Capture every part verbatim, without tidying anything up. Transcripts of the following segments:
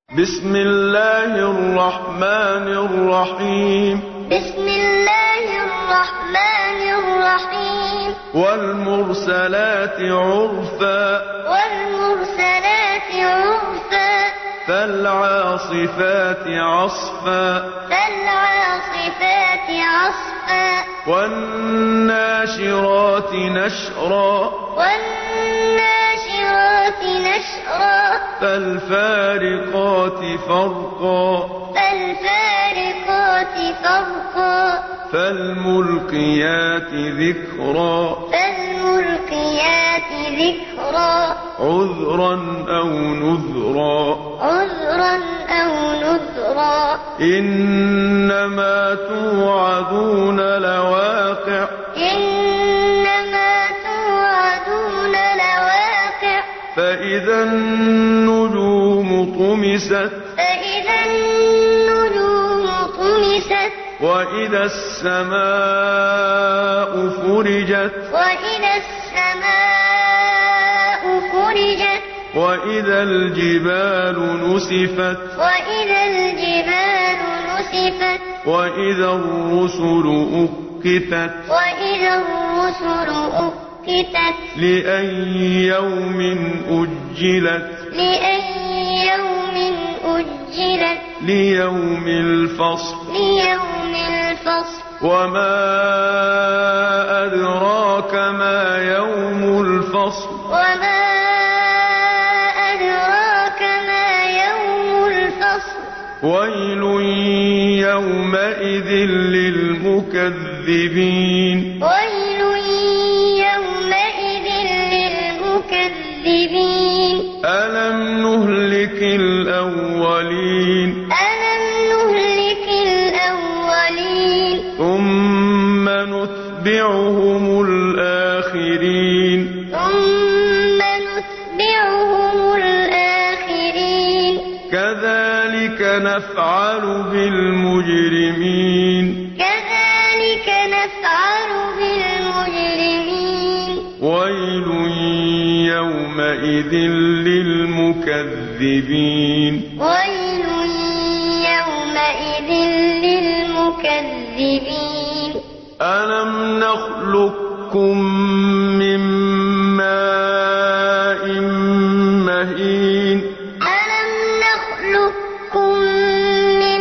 بسم الله الرحمن الرحيم بسم الله الرحمن الرحيم والمرسلات عرفا والمرسلات عرفا فالعاصفات عصفا فالعاصفات عصفا والناشرات نشرا والناشرات نشرا فالفارقات فرقا فالفارقات فرقا فالملقيات ذكرا فالملقيات ذكرا عذرا أو نذرا عذرا أو نذرا إنما توعدون لواقع إنما توعدون لواقع فإذا النجوم طمست فإذا النجوم طمست وإذا السماء فرجت وإذا السماء فرجت وإذا الجبال نسفت وإذا الجبال نسفت وإذا الرسل أقتت وإذا الرسل أقتت لأي يوم أجلت لأي يوم أجلت ليوم الفصل ليوم الفصل وما أدراك ما يوم الفصل وما أدراك ما يوم الفصل ويل يومئذ للمكذبين ويل يومئذ للمكذبين ألم نهلك الأولين ألم نهلك الأولين ثم نتبعهم الآخرين ثم نتبعهم الآخرين كذلك نفعل بالمجرمين كذلك نفعل بالمجرمين ويل يومئذ للمكذبين ويل يومئذ للمكذبين ألم نخلقكم من ماء مهين ألم نخلقكم من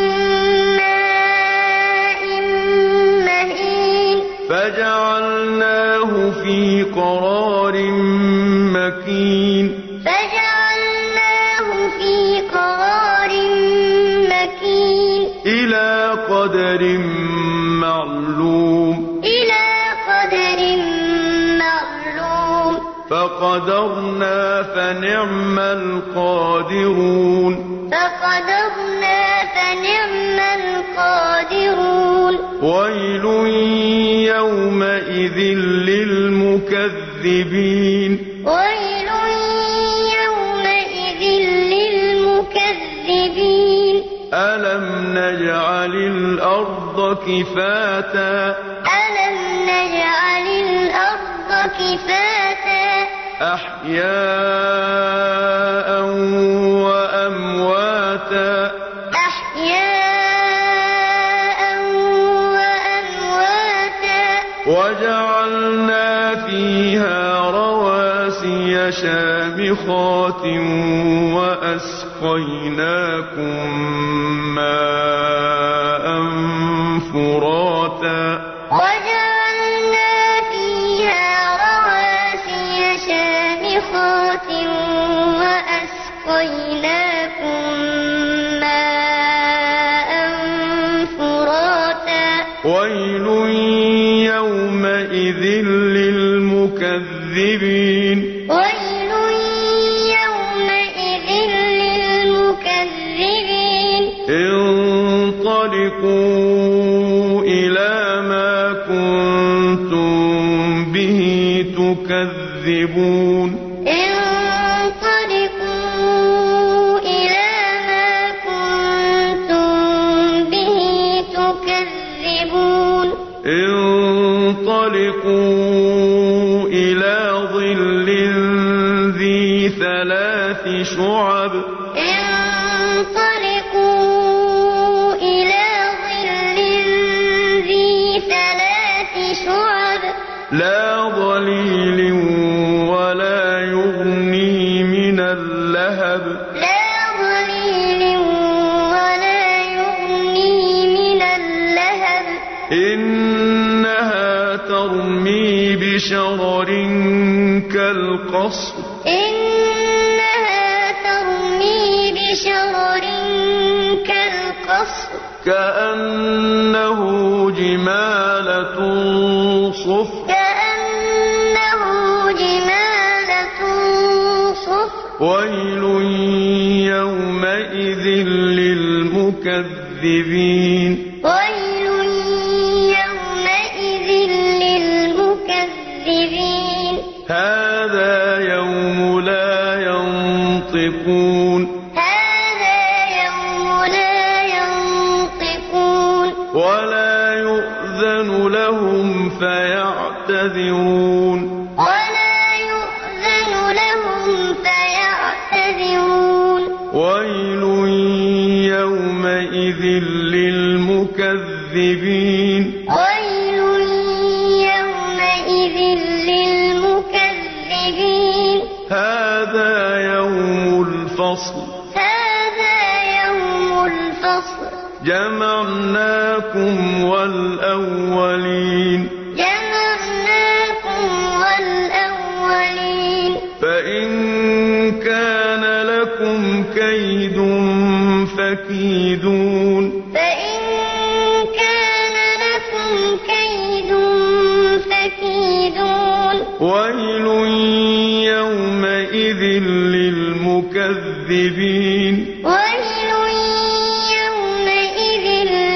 ماء مهين فجعلناه في قرار مكين فجعلناه في قرار مكين إلى قدر معلوم إلى قدر معلوم فقدرنا فنعم القادرون فقدرنا فنعم القادرون ويل يومئذ للمكذبين ويل يومئذ للمكذبين ألم نجعل الأرض كفاتا ألم نجعل الأرض كفاتا أحياء وأمواتا أحياء وأمواتا وجعلنا فيها رواسي شامخات وأسقيناكم ماء فراتا وجعلنا فيها رواسي شامخات وأسقيناكم ماء فراتا ويل يومئذ للمكذبين ويل يومئذ للمكذبين انطلقوا إلى ما كنتم به تكذبون انطلقوا إلى ما كنتم به تكذبون انطلقوا إلى ظل ذي ثلاث شعب انطلقوا لا ظليل ولا يغني من اللهب لا ظليل ولا يغني من اللهب إنها ترمي بشرر كالقصر إنها ترمي بشرر كالقصر كأنه جمالة صفر كأنه جمالة صفر ويل يومئذ للمكذبين ويل يومئذ للمكذبين هذا يوم لا ينطقون هذا يوم لا ينطقون ولا يؤذن لهم فيعتذرون ولا يؤذن لهم فيعتذرون ويل يومئذ للمكذبين ويل يومئذ للمكذبين هذا يوم الفصل هذا يوم الفصل جمعناكم والأولين جمعناكم والأولين فإن كان لكم كيد فكيدون فإن كان لكم كيد فكيدون ويل يومئذ للمكذبين ويل يومئذ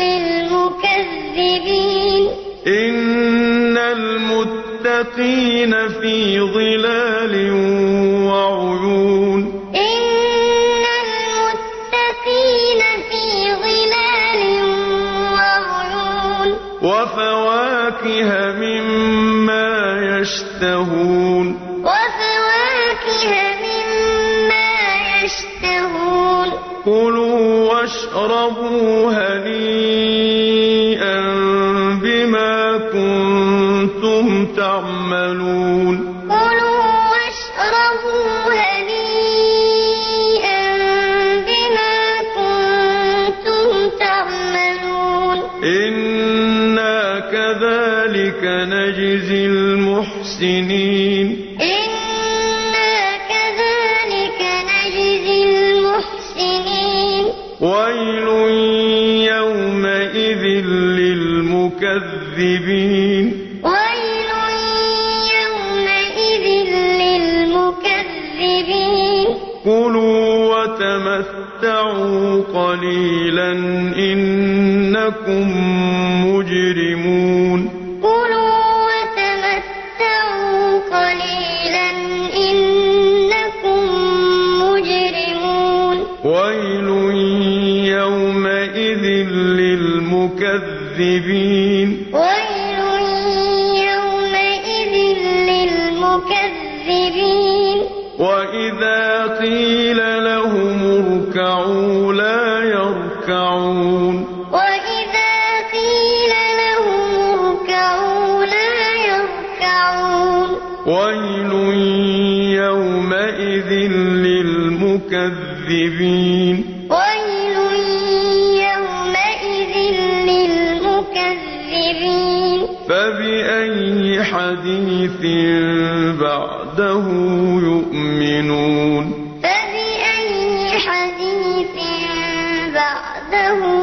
للمكذبين إن المتقين في ظلال وعيون إن المتقين في ظلال وعيون وفواكه مما يشتهون وفواكه مما يشتهون كلوا واشربوا هنيئا بما كنتم تعملون كلوا واشربوا هنيئا بما كنتم تعملون إنا كذلك نجزي المحسنين إنا كذلك نجزي المحسنين ويل يومئذ للمكذبين ويل يومئذ للمكذبين كلوا وتمتعوا قليلا إنكم مجرمون كلوا وتمتعوا قليلا إنكم مجرمون ويل يومئذ للمكذبين ويل يومئذ للمكذبين وإذا قيل لهم اركعوا لا يركعون وإذا قيل لهم اركعوا لا يركعون ويل يومئذ للمكذبين ويل يومئذ للمكذبين فبأي حديث بعده يؤمنون فبأي حديث بعده